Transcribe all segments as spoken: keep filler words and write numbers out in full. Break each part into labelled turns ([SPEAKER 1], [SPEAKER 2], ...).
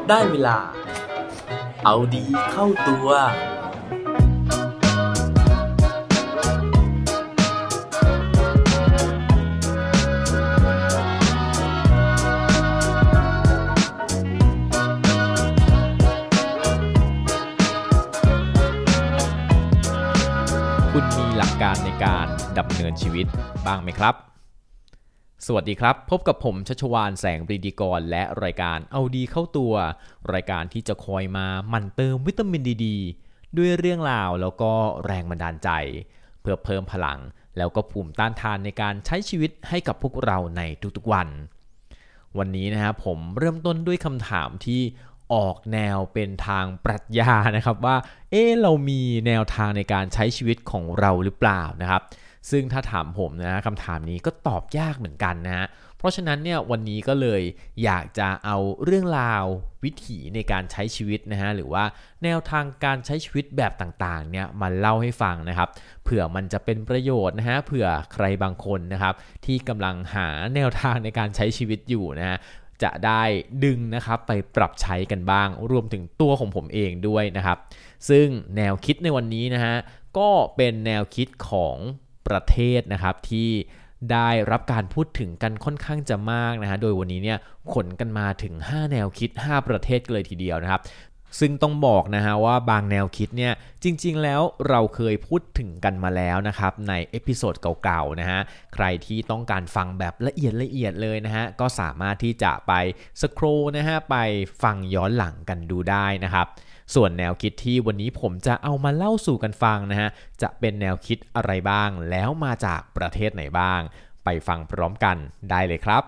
[SPEAKER 1] ได้เวลาเอาดีเข้าตัว
[SPEAKER 2] คุณมีหลักการในการดำเนินชีวิตบ้างไหมครับสวัสดีครับพบกับผมชัชวาลแสงปรีดีกรและรายการเอาดีเข้าตัวรายการที่จะคอยมาหมั่นเติมวิตามินดีดีด้วยเรื่องราวแล้วก็แรงบันดาลใจเพื่อเพิ่มพลังแล้วก็ภูมิต้านทานในการใช้ชีวิตให้กับพวกเราในทุกๆวันวันนี้นะครับผมเริ่มต้นด้วยคำถามที่ออกแนวเป็นทางปรัชญานะครับว่าเอ๊ะเรามีแนวทางในการใช้ชีวิตของเราหรือเปล่านะครับซึ่งถ้าถามผมนะคำถามนี้ก็ตอบยากเหมือนกันนะฮะเพราะฉะนั้นเนี่ยวันนี้ก็เลยอยากจะเอาเรื่องราววิถีในการใช้ชีวิตนะฮะหรือว่าแนวทางการใช้ชีวิตแบบต่างๆเนี่ยมาเล่าให้ฟังนะครับเผื่อมันจะเป็นประโยชน์นะฮะเผื่อใครบางคนนะครับที่กำลังหาแนวทางในการใช้ชีวิตอยู่นะฮะจะได้ดึงนะครับไปปรับใช้กันบ้างรวมถึงตัวของผมเองด้วยนะครับซึ่งแนวคิดในวันนี้นะฮะก็เป็นแนวคิดของประเทศนะครับที่ได้รับการพูดถึงกันค่อนข้างจะมากนะฮะโดยวันนี้เนี่ยขนกันมาถึงห้าแนวคิดห้าประเทศเลยทีเดียวนะครับซึ่งต้องบอกนะฮะว่าบางแนวคิดเนี่ยจริงๆแล้วเราเคยพูดถึงกันมาแล้วนะครับในเอพิโซดเก่าๆนะฮะใครที่ต้องการฟังแบบละเอียดละเอียดเลยนะฮะก็สามารถที่จะไปสครอลนะฮะไปฟังย้อนหลังกันดูได้นะครับส่วนแนวคิดที่วันนี้ผมจะเอามาเล่าสู่กันฟังนะฮะจะเป็นแนวคิดอะไรบ้างแล้วมาจากประเทศไหนบ้างไปฟังพร้อมกันได้เลยครับ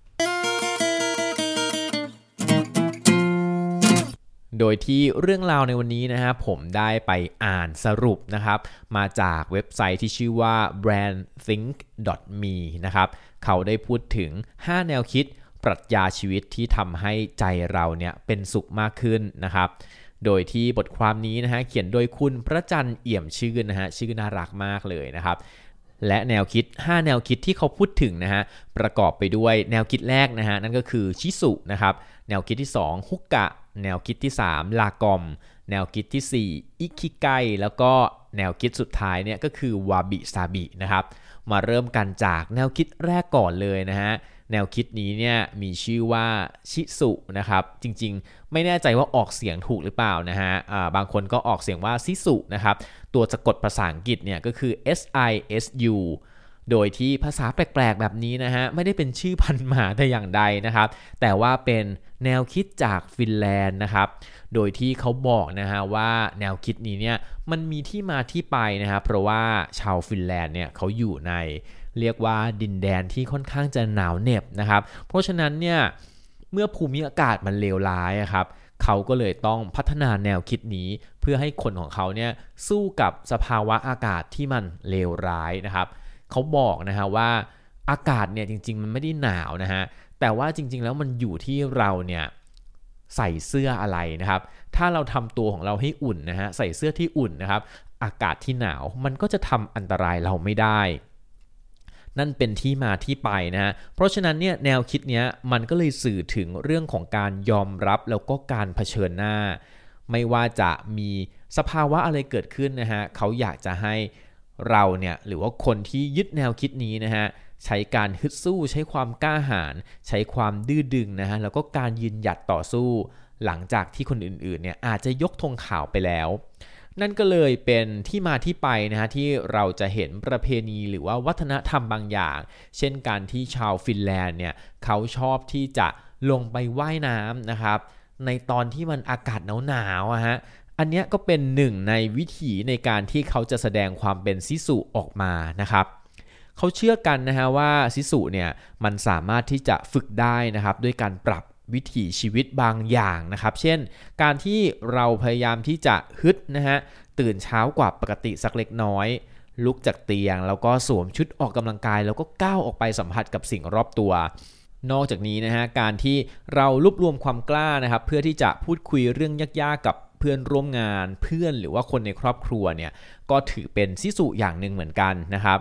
[SPEAKER 2] โดยที่เรื่องราวในวันนี้นะฮะผมได้ไปอ่านสรุปนะครับมาจากเว็บไซต์ที่ชื่อว่า แบรนด์ ทิงค์ ดอท มี นะครับเขาได้พูดถึงห้าแนวคิดปรัชญาชีวิตที่ทำให้ใจเราเนี่ยเป็นสุขมากขึ้นนะครับโดยที่บทความนี้นะฮะเขียนโดยคุณพระจันทร์เอี่ยมชื่นนะฮะชื่อน่ารักมากเลยนะครับและแนวคิดห้าแนวคิดที่เขาพูดถึงนะฮะประกอบไปด้วยแนวคิดแรกนะฮะนั่นก็คือชิสุนะครับแนวคิดที่สองฮุกกะแนวคิดที่สามลากอมแนวคิดที่สี่อิคิไกแล้วก็แนวคิดสุดท้ายเนี่ยก็คือวาบิซาบินะครับมาเริ่มกันจากแนวคิดแรกก่อนเลยนะฮะแนวคิดนี้เนี่ยมีชื่อว่าชิสุนะครับจริงๆไม่แน่ใจว่าออกเสียงถูกหรือเปล่านะฮะอ่าบางคนก็ออกเสียงว่าชิสุนะครับตัวสะกดภาษาอังกฤษเนี่ยก็คือ เอส ไอ เอส ยู โดยที่ภาษาแปลกๆแบบนี้นะฮะไม่ได้เป็นชื่อพันธุ์หมาแต่อย่างใดนะครับแต่ว่าเป็นแนวคิดจากฟินแลนด์นะครับโดยที่เขาบอกนะฮะว่าแนวคิดนี้เนี่ยมันมีที่มาที่ไปนะครับเพราะว่าชาวฟินแลนด์เนี่ยเขาอยู่ในเรียกว่าดินแดนที่ค่อนข้างจะหนาวเหน็บนะครับเพราะฉะนั้นเนี่ยเมื่อภูมิอากาศมันเลวร้ายครับเขาก็เลยต้องพัฒนาแนวคิดนี้เพื่อให้คนของเขาเนี่ยสู้กับสภาวะอากาศที่มันเลวร้ายนะครับเขาบอกนะฮะว่าอากาศเนี่ยจริงๆมันไม่ได้หนาวนะฮะแต่ว่าจริงๆแล้วมันอยู่ที่เราเนี่ยใส่เสื้ออะไรนะครับถ้าเราทำตัวของเราให้อุ่นนะฮะใส่เสื้อที่อุ่นนะครับอากาศที่หนาวมันก็จะทำอันตรายเราไม่ได้นั่นเป็นที่มาที่ไปนะฮะเพราะฉะนั้นเนี่ยแนวคิดเนี้ยมันก็เลยสื่อถึงเรื่องของการยอมรับแล้วก็การเผชิญหน้าไม่ว่าจะมีสภาวะอะไรเกิดขึ้นนะฮะเขาอยากจะให้เราเนี่ยหรือว่าคนที่ยึดแนวคิดนี้นะฮะใช้การฮึดสู้ใช้ความกล้าหาญใช้ความดื้อดึงนะฮะแล้วก็การยืนหยัดต่อสู้หลังจากที่คนอื่นๆเนี่ยอาจจะยกธงขาวไปแล้วนั่นก็เลยเป็นที่มาที่ไปนะฮะที่เราจะเห็นประเพณีหรือว่าวัฒนธรรมบางอย่างเช่นการที่ชาวฟินแลนด์เนี่ยเขาชอบที่จะลงไปว่ายน้ำนะครับในตอนที่มันอากาศหนาวๆอะฮะอันนี้ก็เป็นหนึ่งในวิถีในการที่เขาจะแสดงความเป็นซิสุออกมานะครับเขาเชื่อกันนะฮะว่าซิสุเนี่ยมันสามารถที่จะฝึกได้นะครับด้วยการปรับวิถีชีวิตบางอย่างนะครับเช่นการที่เราพยายามที่จะฮึดนะฮะตื่นเช้ากว่าปกติสักเล็กน้อยลุกจากเตียงแล้วก็สวมชุดออกกำลังกายแล้วก็ก้าวออกไปสัมผัสกับสิ่งรอบตัวนอกจากนี้นะฮะการที่เรารวบรวมความกล้านะครับเพื่อที่จะพูดคุยเรื่องยากๆกับเพื่อนร่วมงานเพื่อนหรือว่าคนในครอบครัวเนี่ยก็ถือเป็นซิสุอย่างหนึ่งเหมือนกันนะครับ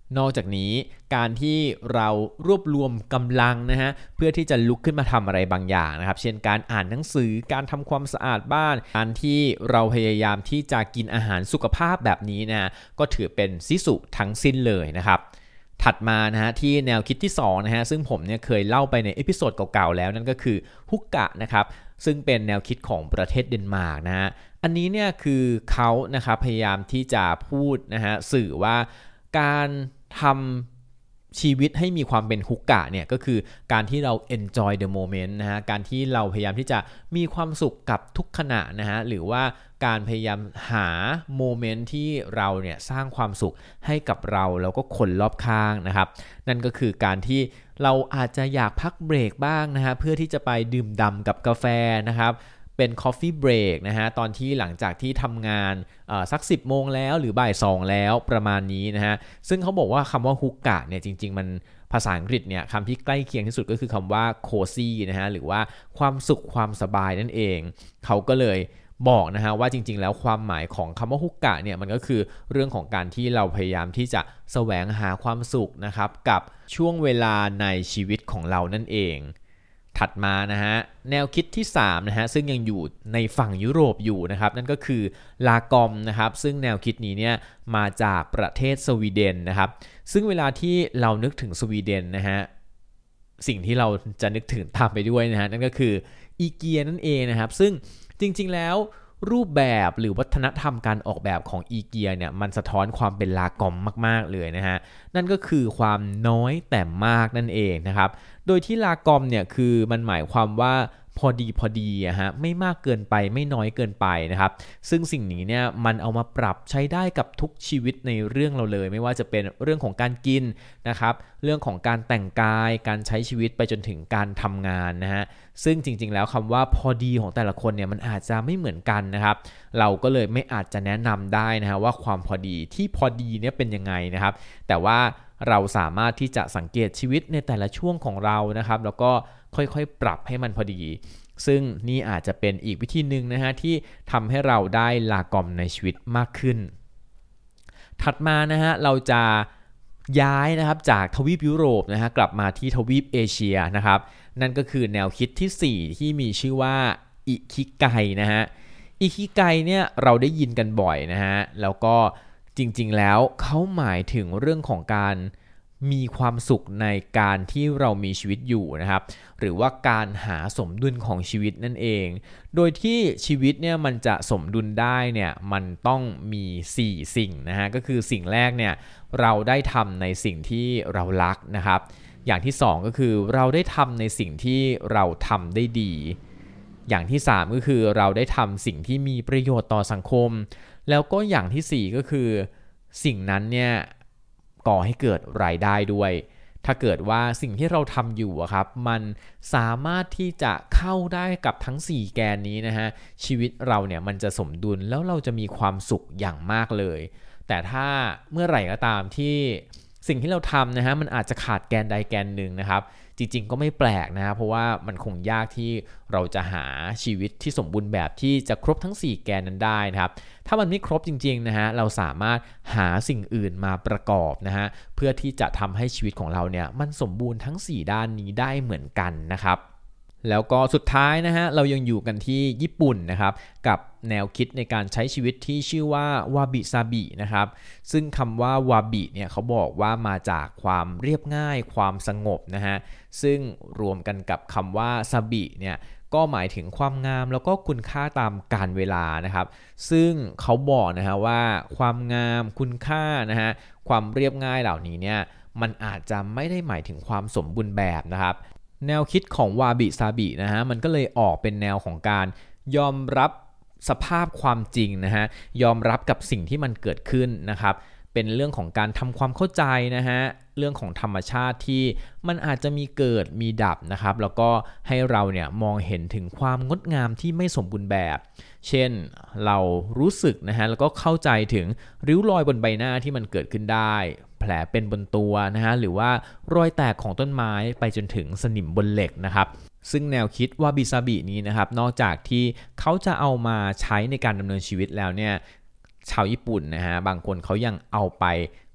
[SPEAKER 2] นอกจากนี้การที่เรารวบรวมกำลังนะฮะเพื่อที่จะลุกขึ้นมาทำอะไรบางอย่างนะครับเช่นการอ่านหนังสือการทำความสะอาดบ้านการที่เราพยายามที่จะกินอาหารสุขภาพแบบนี้นะฮะก็ถือเป็นซิสุทั้งสิ้นเลยนะครับถัดมานะฮะที่แนวคิดที่สองนะฮะซึ่งผมเนี่ยเคยเล่าไปในเอพิโซดเก่าๆแล้วนั่นก็คือฮุกกะนะครับซึ่งเป็นแนวคิดของประเทศเดนมาร์กนะฮะอันนี้เนี่ยคือเขานะครับพยายามที่จะพูดนะฮะสื่อว่าการทำชีวิตให้มีความเป็นฮุกกะเนี่ยก็คือการที่เรา enjoy the moment นะฮะการที่เราพยายามที่จะมีความสุขกับทุกขณะนะฮะหรือว่าการพยายามหาโมเมนต์ที่เราเนี่ยสร้างความสุขให้กับเราแล้วก็คนรอบข้างนะครับนั่นก็คือการที่เราอาจจะอยากพักเบรกบ้างนะฮะเพื่อที่จะไปดื่มด่ำกับกาแฟนะครับเป็น coffee break นะฮะตอนที่หลังจากที่ทำงานสักสิบโมงแล้วหรือบ่ายสองแล้วประมาณนี้นะฮะซึ่งเขาบอกว่าคำว่าฮุกกะเนี่ยจริงๆมันภาษาอังกฤษเนี่ยคำที่ใกล้เคียงที่สุดก็คือคำว่า cozy นะฮะหรือว่าความสุขความสบายนั่นเองเขาก็เลยบอกนะฮะว่าจริงๆแล้วความหมายของคำว่าฮุกกะเนี่ยมันก็คือเรื่องของการที่เราพยายามที่จะแสวงหาความสุขนะครับกับช่วงเวลาในชีวิตของเรานั่นเองถัดมานะฮะแนวคิดที่สามนะฮะซึ่งยังอยู่ในฝั่งยุโรปอยู่นะครับนั่นก็คือลากอมนะครับซึ่งแนวคิดนี้เนี่ยมาจากประเทศสวีเดนนะครับซึ่งเวลาที่เรานึกถึงสวีเดนนะฮะสิ่งที่เราจะนึกถึงตามไปด้วยนะฮะนั่นก็คืออีเกียนั่นเองนะครับซึ่งจริงๆแล้วรูปแบบหรือวัฒนธรรมการออกแบบของอีเกียเนี่ยมันสะท้อนความเป็นลากอมมากๆเลยนะฮะนั่นก็คือความน้อยแต่มากนั่นเองนะครับโดยที่ลากอมเนี่ยคือมันหมายความว่าพอดีพอดีอะฮะไม่มากเกินไปไม่น้อยเกินไปนะครับซึ่งสิ่งนี้เนี่ยมันเอามาปรับใช้ได้กับทุกชีวิตในเรื่องเราเลยไม่ว่าจะเป็นเรื่องของการกินนะครับเรื่องของการแต่งกายการใช้ชีวิตไปจนถึงการทำงานนะฮะซึ่งจริงๆแล้วคำว่าพอดีของแต่ละคนเนี่ยมันอาจจะไม่เหมือนกันนะครับเราก็เลยไม่อาจจะแนะนำได้นะฮะว่าความพอดีที่พอดีเนี่ยเป็นยังไงนะครับแต่ว่าเราสามารถที่จะสังเกตชีวิตในแต่ละช่วงของเรานะครับแล้วก็ค่อยๆปรับให้มันพอดีซึ่งนี่อาจจะเป็นอีกวิธีหนึ่งนะฮะที่ทำให้เราได้ลากอมในชีวิตมากขึ้นถัดมานะฮะเราจะย้ายนะครับจากทวีปยุโรปนะฮะกลับมาที่ทวีปเอเชียนะครับนั่นก็คือแนวคิดที่สี่ที่มีชื่อว่าอิคิไกนะฮะอิคิไกเนี่ยเราได้ยินกันบ่อยนะฮะแล้วก็จริงๆแล้วเขาหมายถึงเรื่องของการมีความสุขในการที่เรามีชีวิตอยู่นะครับหรือว่าการหาสมดุลของชีวิตนั่นเองโดยที่ชีวิตเนี่ยมันจะสมดุลได้เนี่ยมันต้องมีสี่สิ่งนะฮะก็คือสิ่งแรกเนี่ยเราได้ทำในสิ่งที่เรารักนะครับอย่างที่สองก็คือเราได้ทำในสิ่งที่เราทำได้ดีอย่างที่สามก็คือเราได้ทำสิ่งที่มีประโยชน์ต่อสังคมแล้วก็อย่างที่สี่ก็คือสิ่งนั้นเนี่ยก่อให้เกิดรายได้ด้วยถ้าเกิดว่าสิ่งที่เราทำอยู่อะครับมันสามารถที่จะเข้าได้กับทั้งสี่แกนนี้นะฮะชีวิตเราเนี่ยมันจะสมดุลแล้วเราจะมีความสุขอย่างมากเลยแต่ถ้าเมื่อไหร่ก็ตามที่สิ่งที่เราทำนะฮะมันอาจจะขาดแกนใดแกนหนึ่งนะครับจริงๆก็ไม่แปลกนะเพราะว่ามันคงยากที่เราจะหาชีวิตที่สมบูรณ์แบบที่จะครบทั้งสี่แกนนั้นได้นะครับถ้ามันไม่ครบจริงๆนะฮะเราสามารถหาสิ่งอื่นมาประกอบนะฮะเพื่อที่จะทำให้ชีวิตของเราเนี่ยมันสมบูรณ์ทั้งสี่ด้านนี้ได้เหมือนกันนะครับแล้วก็สุดท้ายนะฮะเรายังอยู่กันที่ญี่ปุ่นนะครับกับแนวคิดในการใช้ชีวิตที่ชื่อว่าวาบิซาบินะครับซึ่งคำว่าวาบิเนี่ยเขาบอกว่ามาจากความเรียบง่ายความสงบนะฮะซึ่งรวมกันกับคำว่าซาบิเนี่ยก็หมายถึงความงามแล้วก็คุณค่าตามกาลเวลานะครับซึ่งเขาบอกนะฮะว่าความงามคุณค่านะฮะความเรียบง่ายเหล่านี้เนี่ยมันอาจจะไม่ได้หมายถึงความสมบูรณ์แบบนะครับแนวคิดของวาบิซาบินะฮะมันก็เลยออกเป็นแนวของการยอมรับสภาพความจริงนะฮะยอมรับกับสิ่งที่มันเกิดขึ้นนะครับเป็นเรื่องของการทำความเข้าใจนะฮะเรื่องของธรรมชาติที่มันอาจจะมีเกิดมีดับนะครับแล้วก็ให้เราเนี่ยมองเห็นถึงความงดงามที่ไม่สมบูรณ์แบบเช่นเรารู้สึกนะฮะแล้วก็เข้าใจถึงริ้วรอยบนใบหน้าที่มันเกิดขึ้นได้แผลเป็นบนตัวนะฮะหรือว่ารอยแตกของต้นไม้ไปจนถึงสนิมบนเหล็กนะครับซึ่งแนวคิดวาบิซาบินี้นะครับนอกจากที่เขาจะเอามาใช้ในการดำเนินชีวิตแล้วเนี่ยชาวญี่ปุ่นนะฮะบางคนเขายังเอาไป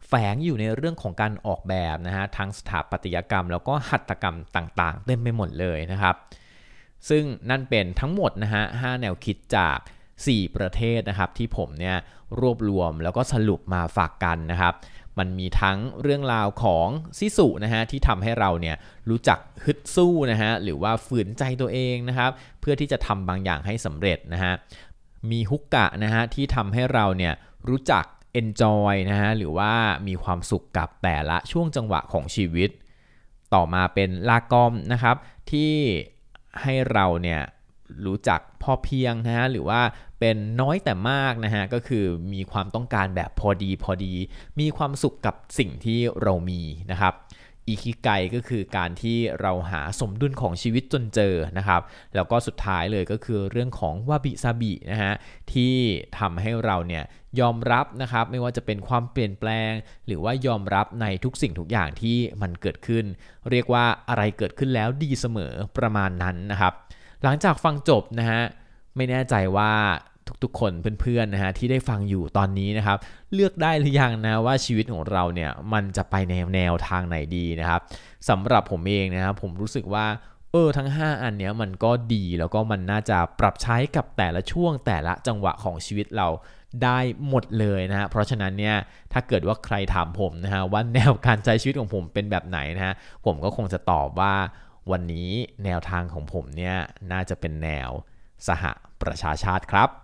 [SPEAKER 2] แฝงอยู่ในเรื่องของการออกแบบนะฮะทั้งสถาปัตยกรรมแล้วก็หัตถกรรมต่างๆเต็มไปหมดเลยนะครับซึ่งนั่นเป็นทั้งหมดนะฮะห้าแนวคิดจากสี่ประเทศนะครับที่ผมเนี่ยรวบรวมแล้วก็สรุปมาฝากกันนะครับมันมีทั้งเรื่องราวของซิสุนะฮะที่ทำให้เราเนี่ยรู้จักฮึดสู้นะฮะหรือว่าฝืนใจตัวเองนะครับเพื่อที่จะทำบางอย่างให้สำเร็จนะฮะมีฮุกกะนะฮะที่ทำให้เราเนี่ยรู้จัก enjoy นะฮะหรือว่ามีความสุขกับแต่ละช่วงจังหวะของชีวิตต่อมาเป็นลากอมนะครับที่ให้เราเนี่ยรู้จักพอเพียงนะฮะหรือว่าเป็นน้อยแต่มากนะฮะก็คือมีความต้องการแบบพอดีพอดีมีความสุขกับสิ่งที่เรามีนะครับอิคิไกก็คือการที่เราหาสมดุลของชีวิตจนเจอนะครับแล้วก็สุดท้ายเลยก็คือเรื่องของวาบิซาบินะฮะที่ทำให้เราเนี่ยยอมรับนะครับไม่ว่าจะเป็นความเปลี่ยนแปลงหรือว่ายอมรับในทุกสิ่งทุกอย่างที่มันเกิดขึ้นเรียกว่าอะไรเกิดขึ้นแล้วดีเสมอประมาณนั้นนะครับหลังจากฟังจบนะฮะไม่แน่ใจว่าทุกๆคนเพื่อนๆนะฮะที่ได้ฟังอยู่ตอนนี้นะครับเลือกได้หรือยังนะว่าชีวิตของเราเนี่ยมันจะไปแนวแนวทางไหนดีนะครับสำหรับผมเองนะครับผมรู้สึกว่าเออทั้งห้าอันเนี้ยมันก็ดีแล้วก็มันน่าจะปรับใช้กับแต่ละช่วงแต่ละจังหวะของชีวิตเราได้หมดเลยนะฮะเพราะฉะนั้นเนี่ยถ้าเกิดว่าใครถามผมนะฮะว่าแนวการใช้ชีวิตของผมเป็นแบบไหนนะฮะผมก็คงจะตอบว่าวันนี้แนวทางของผมเนี่ยน่าจะเป็นแนวสหประชาชาติครับ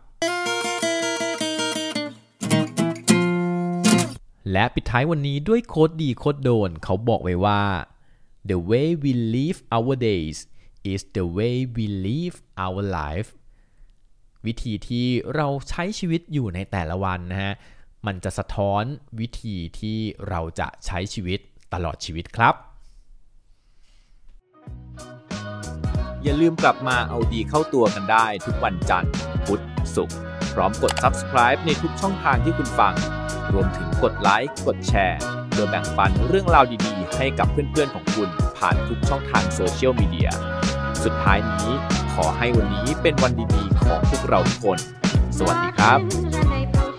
[SPEAKER 2] และปิดท้ายวันนี้ด้วยโค้ดดีโค้ดโดนเขาบอกไว้ว่า the way we live our days is the way we live our life วิธีที่เราใช้ชีวิตอยู่ในแต่ละวันนะฮะมันจะสะท้อนวิธีที่เราจะใช้ชีวิตตลอดชีวิตครับ
[SPEAKER 1] อย่าลืมกลับมาเอาดีเข้าตัวกันได้ทุกวันจันทร์พุธศุกร์พร้อมกด Subscribe ในทุกช่องทางที่คุณฟังรวมถึงกดไลค์กดแชร์โดยแบ่งปันเรื่องราวดีๆให้กับเพื่อนๆของคุณผ่านทุกช่องทางโซเชียลมีเดียสุดท้ายนี้ขอให้วันนี้เป็นวันดีๆของพวกเราทุกคนสวัสดีครับ